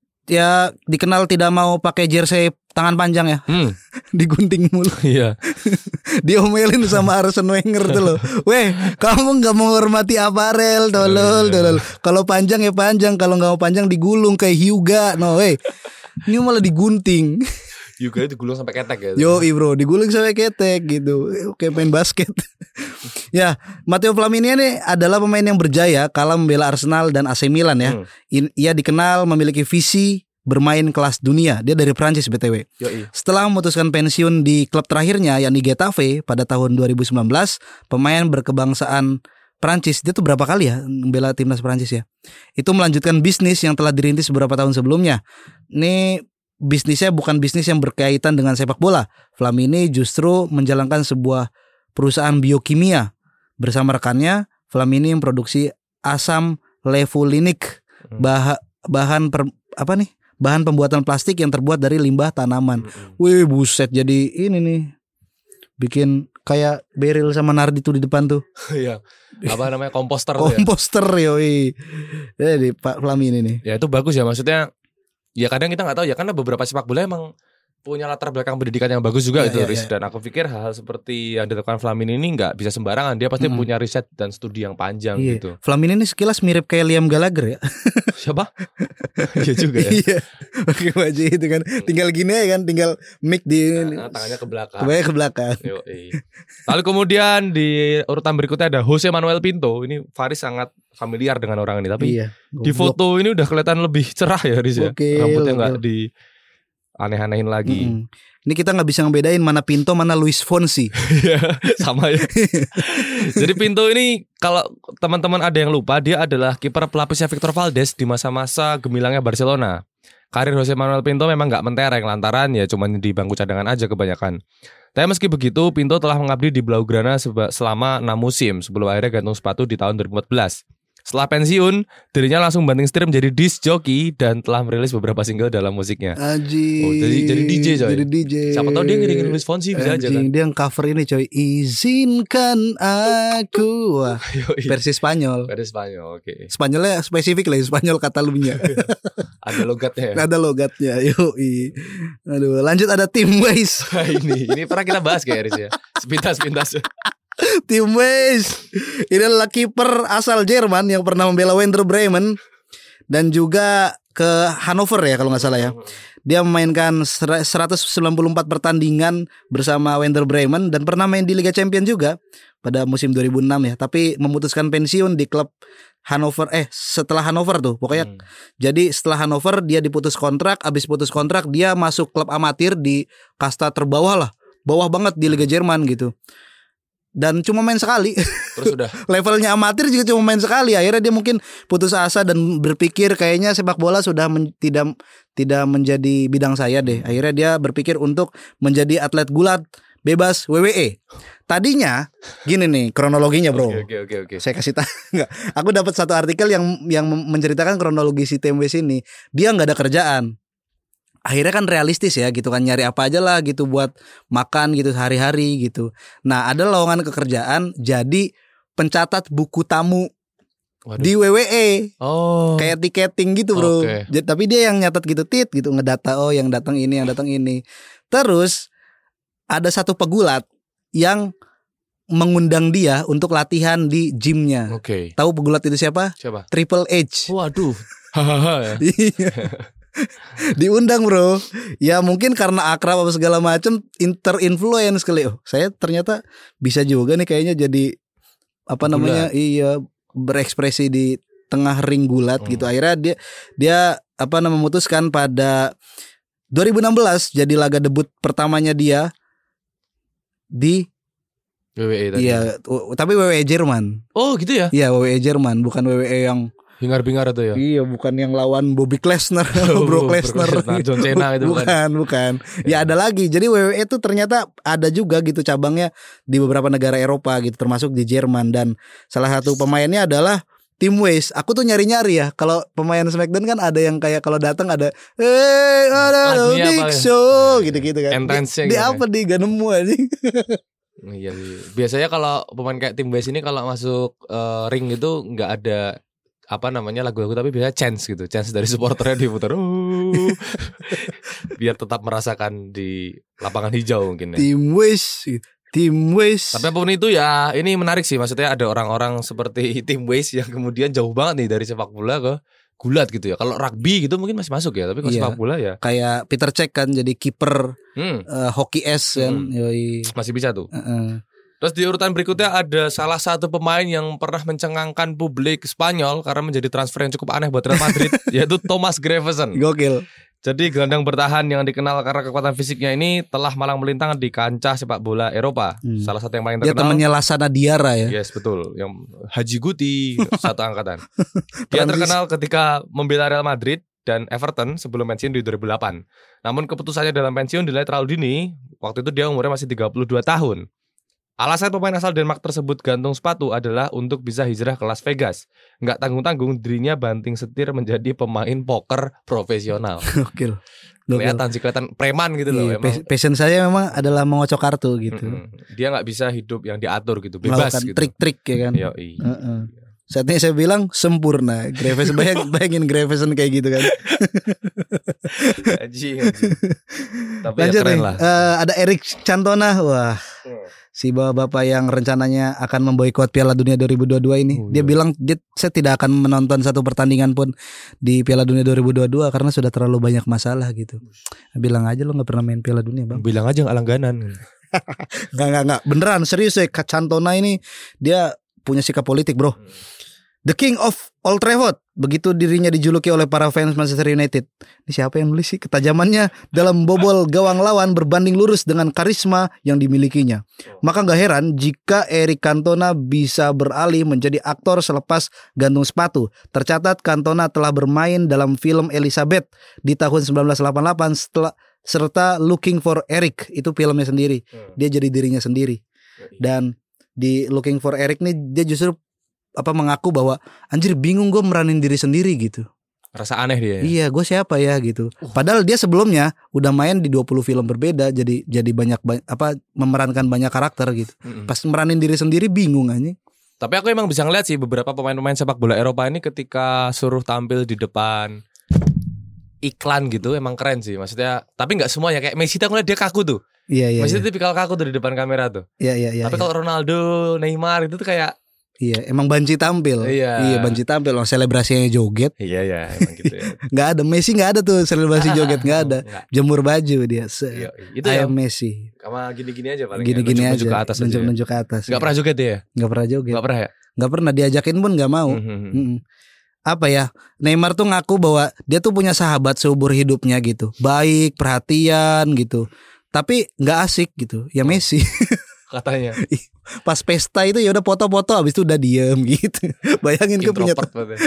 ya dikenal tidak mau pakai jersey tangan panjang ya. Hmm. Digunting mulu. Iya. Diomelin sama Arsene Wenger tuh loh. Weh, kamu gak menghormati aparel, tolol, tolol. Kalau panjang ya panjang, kalau gak mau panjang digulung kayak Hyuga. No, weh. Ini malah digunting. Juga digulung sampai ketek ya. Yo, bro, digulung sampai ketek gitu. Kayak main basket. Ya, Matteo Flamini ini adalah pemain yang berjaya kala membela Arsenal dan A C Milan ya. Hmm. Ia dikenal memiliki visi bermain kelas dunia. Dia dari Prancis B T W. Yoi. Setelah memutuskan pensiun di klub terakhirnya yakni Getafe pada tahun dua ribu sembilan belas, pemain berkebangsaan Prancis, dia tuh berapa kali ya membela timnas Prancis ya. Itu melanjutkan bisnis yang telah dirintis beberapa tahun sebelumnya. Ini bisnisnya bukan bisnis yang berkaitan dengan sepak bola. Flamini justru menjalankan sebuah perusahaan biokimia. Bersama rekannya, Flamini memproduksi asam levulinik, bah- bahan per, apa nih? Bahan pembuatan plastik yang terbuat dari limbah tanaman. Wih, buset, jadi ini nih. Bikin kayak Beryl sama Nardi tuh di depan tuh. Iya. Apa namanya, komposter tuh ya. Komposter yoi. Jadi Pak Flamini nih. Ya itu bagus ya, maksudnya. Ya kadang kita nggak tahu ya, karena beberapa sepak bola emang punya latar belakang pendidikan yang bagus juga ya, itu, ya, Riz. Ya. Dan aku pikir hal-hal seperti yang dilakukan Flamini ini nggak bisa sembarangan. Dia pasti hmm. punya riset dan studi yang panjang iya. gitu. Flamini ini sekilas mirip kayak Liam Gallagher ya. Siapa? Iya juga ya. Iya. Pakai baju itu kan. Tinggal gini ya kan, tinggal mic di nah, tangannya ke belakang. Kebanyakan ke belakang. Yoi. Lalu kemudian di urutan berikutnya ada Jose Manuel Pinto. Ini Faris sangat familiar dengan orang ini, tapi iya. di foto ini udah kelihatan lebih cerah ya, Riz ya. Okay, rambutnya nggak di aneh-anehin lagi. Mm-hmm. Ini kita nggak bisa ngebedain mana Pinto mana Luis Fonsi. Sama ya. Jadi Pinto ini kalau teman-teman ada yang lupa, dia adalah kiper pelapisnya Victor Valdes di masa-masa gemilangnya Barcelona. Karir Jose Manuel Pinto memang nggak mentereng lantaran ya cuma di bangku cadangan aja kebanyakan. Tapi meski begitu, Pinto telah mengabdi di Blaugrana selama enam musim sebelum akhirnya gantung sepatu di tahun dua ribu empat belas. Setelah pensiun, dirinya langsung banting setir menjadi disc jockey dan telah merilis beberapa single dalam musiknya. Aji. Oh, jadi jadi D J coy. Jadi D J. Siapa tahu dia ngiringin Luis Fonsi bisa aja kan. Dia yang cover ini coy. Izinkan aku. Wah, versi Spanyol. Versi Spanyol, oke. Okay. Spanyolnya spesifik lah, Spanyol Catalunya. Ada logatnya ya. Ada logatnya. Yoi. Aduh, lanjut ada Tim Weiss. ini ini pernah kita bahas kayak Riz ya. Sepintas-pintas. Tim Weiss ini adalah kiper asal Jerman yang pernah membela Werder Bremen dan juga ke Hannover ya kalau nggak salah ya. Dia memainkan seratus sembilan puluh empat pertandingan bersama Werder Bremen dan pernah main di Liga Champions juga pada musim dua ribu enam ya. Tapi memutuskan pensiun di klub Hannover eh setelah Hannover tuh pokoknya. Hmm. Jadi setelah Hannover dia diputus kontrak, abis putus kontrak dia masuk klub amatir di kasta terbawah lah, bawah banget di Liga Jerman gitu. dan cuma main sekali. Terus udah levelnya amatir juga cuma main sekali. Akhirnya dia mungkin putus asa dan berpikir kayaknya sepak bola sudah men- tidak tidak menjadi bidang saya deh. Akhirnya dia berpikir untuk menjadi atlet gulat bebas W W E. Tadinya gini nih kronologinya, bro. Oke oke oke. oke. Saya kasih tahu nggak? Aku dapat satu artikel yang yang menceritakan kronologi si Tim West ini. Dia nggak ada kerjaan. Akhirnya kan realistis ya gitu kan, nyari apa aja lah gitu buat makan gitu sehari-hari gitu. Nah ada lowongan pekerjaan jadi pencatat buku tamu. Waduh. Di W W E. Oh. Kayak tiketing gitu, bro. Okay. Jadi, tapi dia yang nyatat gitu tit gitu, ngedata oh yang datang ini, yang datang ini. Terus ada satu pegulat yang mengundang dia untuk latihan di gymnya. Oke. Okay. Tahu pegulat itu siapa? Siapa? Triple H. Waduh. Hahaha. Diundang, bro. Ya mungkin karena akrab apa segala macam, interinfluence kali. Oh, saya ternyata bisa juga nih kayaknya jadi apa gulat. namanya? Iya, berekspresi di tengah ring gulat hmm. gitu. Akhirnya dia dia apa namanya memutuskan pada dua ribu enam belas jadi laga debut pertamanya dia di W W E tadi. Iya, tapi W W E Jerman. Oh, gitu ya? Iya, W W E Jerman, bukan W W E yang hingar-bingar itu ya? Iya, bukan yang lawan Bobby Lesnar, oh, Brock Lesnar, John Cena itu bukan. Bukan, bukan. Ya ada lagi. Jadi W W E itu ternyata ada juga gitu cabangnya di beberapa negara Eropa gitu, termasuk di Jerman, dan salah satu pemainnya adalah Tim West. Aku tuh nyari-nyari ya. Kalau pemain SmackDown kan ada yang kayak kalau datang ada hey, ada Big Show gitu-gitu kan. Di, di apa di gak nemu aja. Iya, biasanya kalau pemain kayak Tim West ini kalau masuk uh, ring itu nggak ada apa namanya lagu-lagu, tapi biasanya chance gitu, chance dari supporternya diputar, uh, biar tetap merasakan di lapangan hijau mungkin ya. Tim West, Tim West. Tapi apapun itu ya, ini menarik sih, maksudnya ada orang-orang seperti Tim West yang kemudian jauh banget nih dari sepak bola ke gulat gitu ya. Kalau rugby gitu mungkin masih masuk ya, tapi kalau iya. sepak bola ya. Kayak Peter Cech kan jadi kiper hmm. uh, hoki es kan, hmm. masih bisa tuh. Uh-uh. Terus di urutan berikutnya ada salah satu pemain yang pernah mencengangkan publik Spanyol karena menjadi transfer yang cukup aneh buat Real Madrid, yaitu Thomas Gravesen. Gokil. Jadi gelandang bertahan yang dikenal karena kekuatan fisiknya ini telah malang melintang di kancah sepak bola Eropa. Hmm. Salah satu yang paling terkenal. Dia temannya Lassana Diarra ya. Yes, betul. Yang Haji Guti satu angkatan. Dia terkenal ketika membela Real Madrid dan Everton sebelum pensiun di dua ribu delapan. Namun keputusannya dalam pensiun dinilai terlalu dini. Waktu itu dia umurnya masih tiga puluh dua tahun. Alasan pemain asal Denmark tersebut gantung sepatu adalah untuk bisa hijrah ke Las Vegas. Nggak tanggung-tanggung dirinya banting setir menjadi pemain poker profesional. Gokil. Kelihatan sih, kelihatan preman gitu loh. Iya, memang. Passion saya memang adalah mengocok kartu gitu. Mm-hmm. Dia nggak bisa hidup yang diatur gitu, bebas melakukan gitu. Trik-trik ya kan. Yoi. Uh-uh. Saatnya saya bilang sempurna. Gravesen bayang, bayangin Gravesen kayak gitu kan. Aji, aji. Tapi lanjut ya keren nih. lah. Uh, ada Eric Cantona. Wah. Hmm. Si bapak-bapak yang rencananya akan memboikot Piala Dunia dua ribu dua puluh dua ini. Oh, dia iya. bilang dia, saya tidak akan menonton satu pertandingan pun di Piala Dunia dua ribu dua puluh dua karena sudah terlalu banyak masalah gitu. Bilang aja lo gak pernah main Piala Dunia, Bang. Bilang aja gak langganan. Gak, gak, gak. Beneran serius ya, Cantona ini dia punya sikap politik, bro. The King of Old Trafford. Begitu dirinya dijuluki oleh para fans Manchester United. Ini siapa yang nulis sih? Ketajamannya dalam bobol gawang lawan berbanding lurus dengan karisma yang dimilikinya. Maka gak heran jika Eric Cantona bisa beralih menjadi aktor selepas gantung sepatu. Tercatat Cantona telah bermain dalam film Elizabeth di tahun sembilan belas delapan puluh delapan setelah, serta Looking for Eric. Itu filmnya sendiri. Dia jadi dirinya sendiri. Dan di Looking for Eric nih dia justru apa mengaku bahwa anjir bingung gue meranin diri sendiri gitu. Rasa aneh dia ya? Iya, gue siapa ya gitu. uh. Padahal dia sebelumnya udah main di dua puluh film berbeda. Jadi jadi banyak apa memerankan banyak karakter gitu. Mm-hmm. Pas meranin diri sendiri bingung aja. Tapi aku emang bisa ngeliat sih beberapa pemain-pemain sepak bola Eropa ini ketika suruh tampil di depan iklan gitu emang keren sih. Maksudnya tapi gak semuanya. Kayak Messi tuh ngeliat dia kaku tuh. Iya, iya, Messi iya. tuh tipikal kaku tuh di depan kamera tuh. Iya, iya, iya. Tapi iya. kalau Ronaldo, Neymar itu tuh kayak iya, emang banci tampil. Iya, iya banci tampil. Oh, selebrasinya joget. Iya, iya, emang gitu ya. Gak ada, Messi gak ada tuh selebrasi joget, gak ada. Enggak. Jemur baju dia. Iya, itu I ya. am Messi. Sama gini-gini aja paling. Gini-gini ya. aja. Nunjuk ke atas nunjuk, aja. Nunjuk ke atas. Gak ya. pernah joget ya? Gak pernah joget. Gak pernah ya? Gak pernah, diajakin pun gak mau. Mm-hmm. Mm-mm. Apa ya? Neymar tuh ngaku bahwa dia tuh punya sahabat seumur hidupnya gitu. Baik, perhatian gitu. Tapi gak asik gitu. Ya Messi. katanya. Pas pesta itu ya udah foto-foto, habis itu udah diem gitu. Bayangin gue punya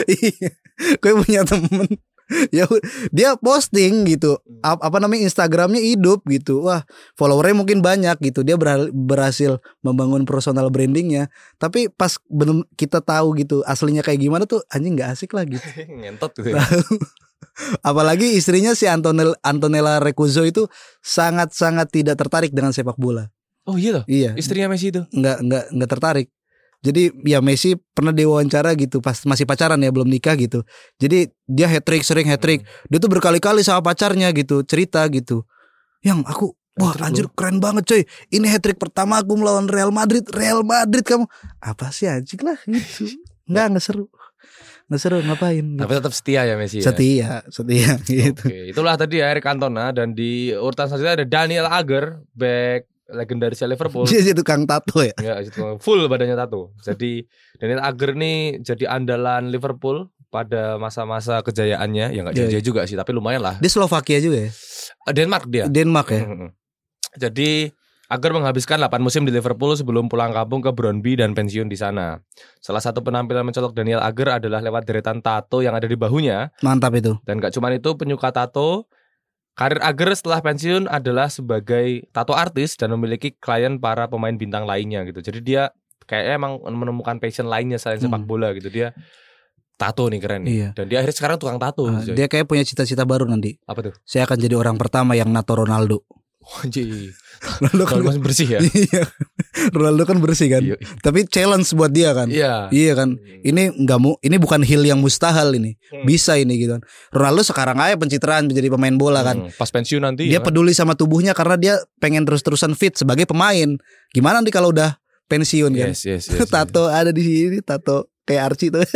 gue punya temen ya dia posting gitu, apa namanya Instagramnya hidup gitu, wah followernya mungkin banyak gitu, dia berhasil membangun personal brandingnya, tapi pas bener kita tahu gitu aslinya kayak gimana tuh anjing nggak asik lah gitu. Ngentot gitu. Apalagi istrinya si Antonella, Antonella Recuzzo itu sangat-sangat tidak tertarik dengan sepak bola. Oh iya loh. Iya. Istrinya Messi itu nggak nggak nggak tertarik. Jadi ya Messi pernah diwawancara gitu pas masih pacaran ya, belum nikah gitu. Jadi dia hat trick, sering hat trick. Hmm. Dia tuh berkali-kali sama pacarnya gitu cerita gitu. Yang aku wah anjir keren banget coy. Ini hat trick pertama aku melawan Real Madrid. Real Madrid kamu. Apa sih anjing lah gitu. Enggak enggak seru. Enggak seru ngapain. Gitu. Tapi tetap setia ya Messi ya. Setia, setia gitu. Oke, itulah tadi Eric Cantona, dan di urutan selanjutnya ada Daniel Agger, back legendarisnya Liverpool. Dia itu tukang tato ya? Enggak, itu full badannya tato. Jadi Daniel Agger nih jadi andalan Liverpool pada masa-masa kejayaannya. Ya enggak jaya yeah. juga sih, tapi lumayan lah. Dia Slovakia juga ya? Denmark dia. Denmark ya. Jadi Agger menghabiskan delapan musim di Liverpool sebelum pulang kampung ke Brøndby dan pensiun di sana. Salah satu penampilan mencolok Daniel Agger adalah lewat deretan tato yang ada di bahunya. Mantap itu. Dan enggak cuma itu, penyuka tato. Karir Agger setelah pensiun adalah sebagai tato artis dan memiliki klien para pemain bintang lainnya gitu. Jadi dia kayaknya emang menemukan passion lainnya selain hmm. sepak bola gitu. Dia tato nih keren nih. Iya. Dan dia akhirnya sekarang tukang tato. Uh, dia kayak punya cita-cita baru nanti. Apa tuh? Saya akan jadi orang pertama yang nato Ronaldo. Anjir. Ronaldo kan masih bersih ya. Iya. Ronaldo kan bersih kan. Iya. Tapi challenge buat dia kan. Iya. Iya kan. Ini enggak mu ini bukan hal yang mustahil ini. Hmm. Bisa ini gitu kan. Ronaldo sekarang aja pencitraan menjadi pemain bola kan. Hmm. Pas pensiun nanti. Dia ya peduli sama tubuhnya karena dia pengen terus-terusan fit sebagai pemain. Gimana nanti kalau udah pensiun kan. Yes, yes, yes, tato yes. Ada di sini, tato kayak Archie tuh.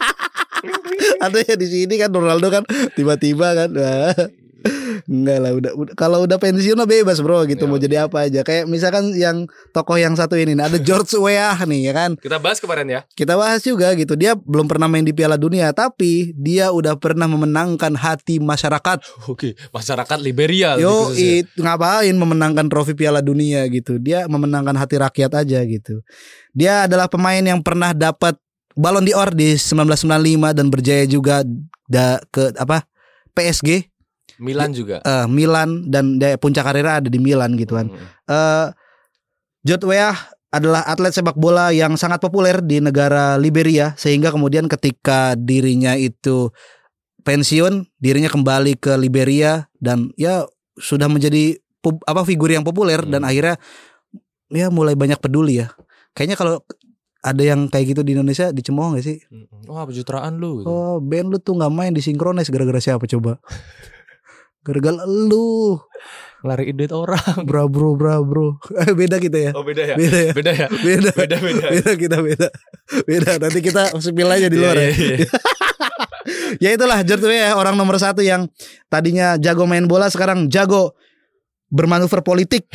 Ada ya di sini kan Ronaldo kan tiba-tiba kan. Enggak lah, udah, udah kalau udah pensiun lah bebas bro gitu, ya, mau jadi apa aja. Kayak misalkan yang tokoh yang satu ini ada George Weah nih ya kan. Kita bahas kemarin ya. Kita bahas juga gitu. Dia belum pernah main di Piala Dunia, tapi dia udah pernah memenangkan hati masyarakat. Oke, masyarakat Liberia. Yo, it, ngapain memenangkan trofi Piala Dunia gitu. Dia memenangkan hati rakyat aja gitu. Dia adalah pemain yang pernah dapat Ballon d'Or di sembilan belas sembilan puluh lima dan berjaya juga da, ke apa? P S G. Milan juga. Uh, Milan dan dia, puncak karirnya ada di Milan gitu kan. Hmm. Uh, George Weah adalah atlet sepak bola yang sangat populer di negara Liberia, sehingga kemudian ketika dirinya itu pensiun, dirinya kembali ke Liberia dan ya sudah menjadi pub, apa figur yang populer hmm. dan akhirnya ya mulai banyak peduli ya. Kayaknya kalau ada yang kayak gitu di Indonesia dicemooh gak sih? Wah, pencitraan lu gitu. Oh, band lu tuh gak main di Synchronize gara-gara siapa coba? Gara-gara lu lari duit orang. Bro bro bro bro. Beda kita ya. Oh beda ya. Beda ya. Beda ya. Beda. Beda beda. Beda kita beda. Beda. Nanti kita spill aja di luar ya. Ya itulah George Weah, orang nomor satu yang tadinya jago main bola sekarang jago bermanuver politik.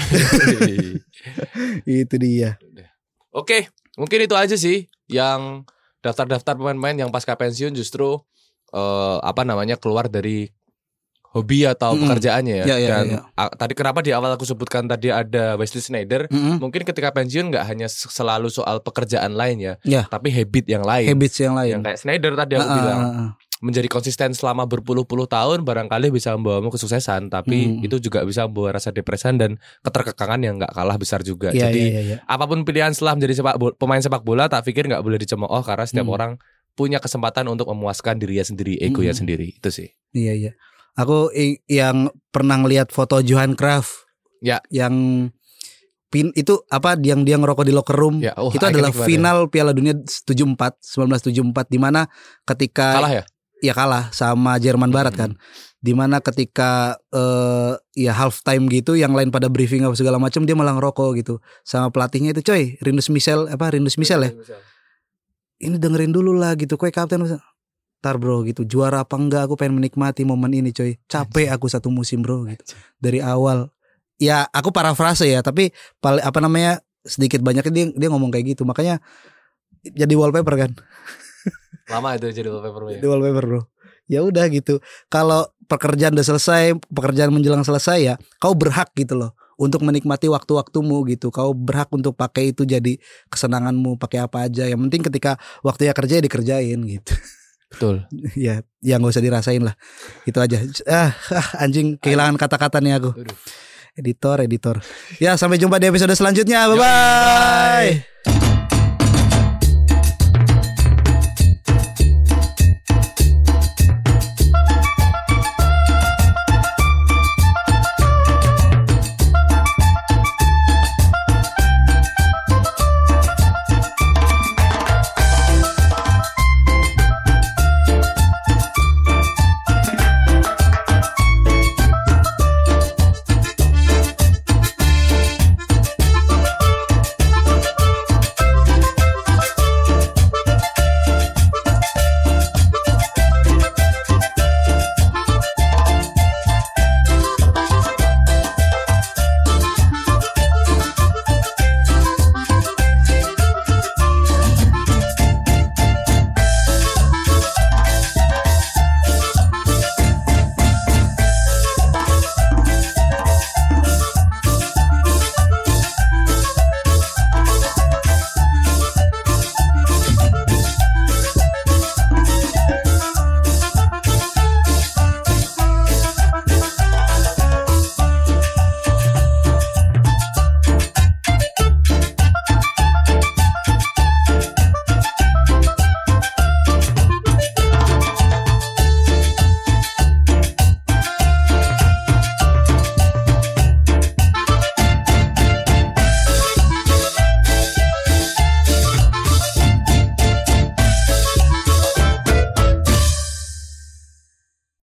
Itu dia. Oke, mungkin itu aja sih yang daftar-daftar pemain-pemain yang pasca pensiun justru uh, apa namanya keluar dari hobi atau mm-hmm. pekerjaannya ya. Ya, ya Dan ya, ya. A- tadi kenapa di awal aku sebutkan tadi ada Wesley Sneijder, mm-hmm. mungkin ketika pensiun nggak hanya selalu soal pekerjaan lain ya, ya. tapi habit yang lain. Habits yang lain. Yang kayak Sneijder tadi aku uh, bilang. Uh, uh. Menjadi konsisten selama berpuluh-puluh tahun barangkali bisa membawamu kesuksesan, tapi hmm. itu juga bisa membawa rasa depresan dan keterkekangan yang nggak kalah besar juga. Ya, Jadi ya, ya, ya. apapun pilihan setelah menjadi sepak bola, pemain sepak bola, tak pikir nggak boleh dicemooh karena setiap hmm. orang punya kesempatan untuk memuaskan dirinya sendiri, egonya hmm. sendiri. Itu sih. Iya iya. Aku i- yang pernah ngelihat foto Johan Cruyff. Ya. Yang pin itu apa yang dia ngerokok di locker room. Ya, oh, itu adalah final ya. Piala Dunia tujuh puluh empat seribu sembilan ratus tujuh puluh empat di mana ketika kalah ya? Ya kalah sama Jerman hmm. Barat kan. Dimana ketika uh, ya half time gitu, yang lain pada briefing apa segala macam, dia malah ngerokok gitu. Sama pelatihnya itu, coy, Rinus Michel apa Rinus Michel ya. Ini dengerin dulu lah gitu, kowe kapten. Tar bro gitu, juara apa enggak, aku pengen menikmati momen ini coy. Capek aku satu musim bro gitu. Dari awal. Ya aku parafrase ya, tapi paling apa namanya sedikit banyaknya dia dia ngomong kayak gitu. Makanya jadi wallpaper kan. Lama itu jadi wallpaper ya. Jadi wallpaper bro. Ya udah gitu. Kalau pekerjaan udah selesai, pekerjaan menjelang selesai ya, kau berhak gitu loh untuk menikmati waktu-waktumu gitu. Kau berhak untuk pakai itu jadi kesenanganmu, pakai apa aja. Yang penting ketika waktunya kerja ya dikerjain gitu. Betul. Ya, ya nggak usah dirasain lah. Itu aja. Ah, ah anjing kehilangan kata-kata nih aku. Editor, editor. Ya, sampai jumpa di episode selanjutnya. Bye bye.